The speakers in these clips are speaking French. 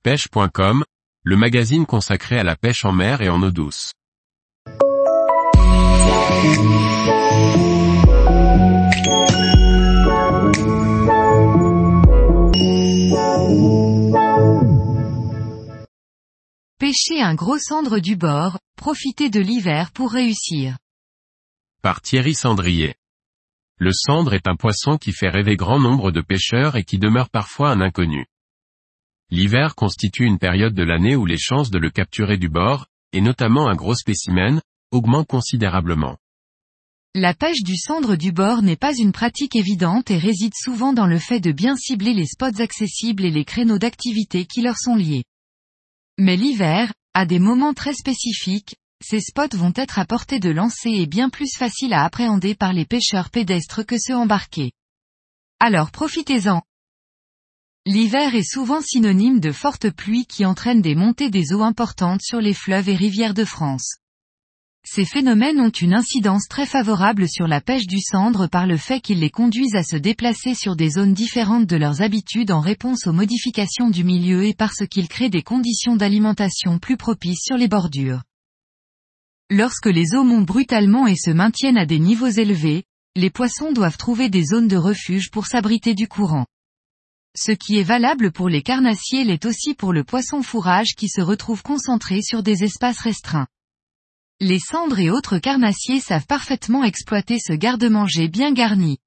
pêche.com, le magazine consacré à la pêche en mer et en eau douce. Pêcher un gros sandre du bord, profitez de l'hiver pour réussir. Par Thierry Sandrier. Le sandre est un poisson qui fait rêver grand nombre de pêcheurs et qui demeure parfois un inconnu. L'hiver constitue une période de l'année où les chances de le capturer du bord, et notamment un gros spécimen, augmentent considérablement. La pêche du sandre du bord n'est pas une pratique évidente et réside souvent dans le fait de bien cibler les spots accessibles et les créneaux d'activité qui leur sont liés. Mais l'hiver, à des moments très spécifiques, ces spots vont être à portée de lancer et bien plus faciles à appréhender par les pêcheurs pédestres que ceux embarqués. Alors profitez-en. L'hiver est souvent synonyme de fortes pluies qui entraînent des montées des eaux importantes sur les fleuves et rivières de France. Ces phénomènes ont une incidence très favorable sur la pêche du sandre par le fait qu'ils les conduisent à se déplacer sur des zones différentes de leurs habitudes en réponse aux modifications du milieu et parce qu'ils créent des conditions d'alimentation plus propices sur les bordures. Lorsque les eaux montent brutalement et se maintiennent à des niveaux élevés, les poissons doivent trouver des zones de refuge pour s'abriter du courant. Ce qui est valable pour les carnassiers l'est aussi pour le poisson fourrage qui se retrouve concentré sur des espaces restreints. Les sandres et autres carnassiers savent parfaitement exploiter ce garde-manger bien garni.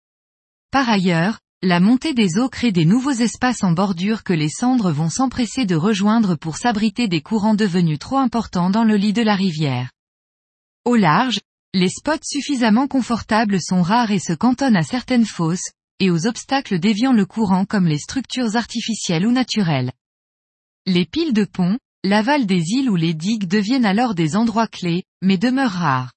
Par ailleurs, la montée des eaux crée des nouveaux espaces en bordure que les sandres vont s'empresser de rejoindre pour s'abriter des courants devenus trop importants dans le lit de la rivière. Au large, les spots suffisamment confortables sont rares et se cantonnent à certaines fosses, et aux obstacles déviant le courant comme les structures artificielles ou naturelles. Les piles de ponts, l'aval des îles ou les digues deviennent alors des endroits clés, mais demeurent rares.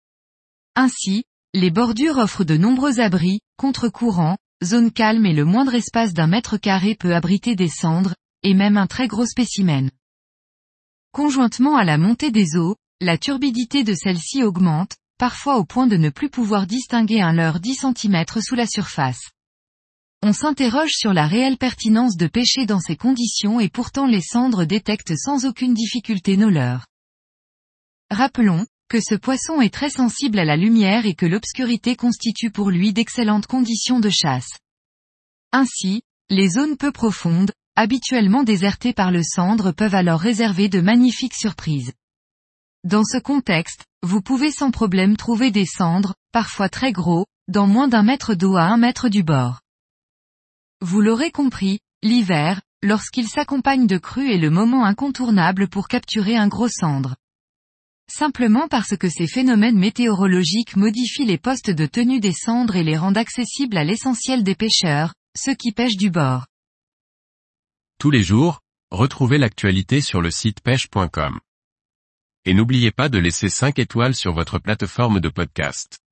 Ainsi, les bordures offrent de nombreux abris, contre-courants, zones calmes et le moindre espace d'1 mètre carré peut abriter des sandres, et même un très gros spécimen. Conjointement à la montée des eaux, la turbidité de celle-ci augmente, parfois au point de ne plus pouvoir distinguer un leurre 10 cm sous la surface. On s'interroge sur la réelle pertinence de pêcher dans ces conditions et pourtant les sandres détectent sans aucune difficulté nos leurres. Rappelons, que ce poisson est très sensible à la lumière et que l'obscurité constitue pour lui d'excellentes conditions de chasse. Ainsi, les zones peu profondes, habituellement désertées par le sandre peuvent alors réserver de magnifiques surprises. Dans ce contexte, vous pouvez sans problème trouver des sandres, parfois très gros, dans moins d'1 mètre d'eau à 1 mètre du bord. Vous l'aurez compris, l'hiver, lorsqu'il s'accompagne de crues est le moment incontournable pour capturer un gros sandre. Simplement parce que ces phénomènes météorologiques modifient les postes de tenue des sandres et les rendent accessibles à l'essentiel des pêcheurs, ceux qui pêchent du bord. Tous les jours, retrouvez l'actualité sur le site pêche.com. Et n'oubliez pas de laisser 5 étoiles sur votre plateforme de podcast.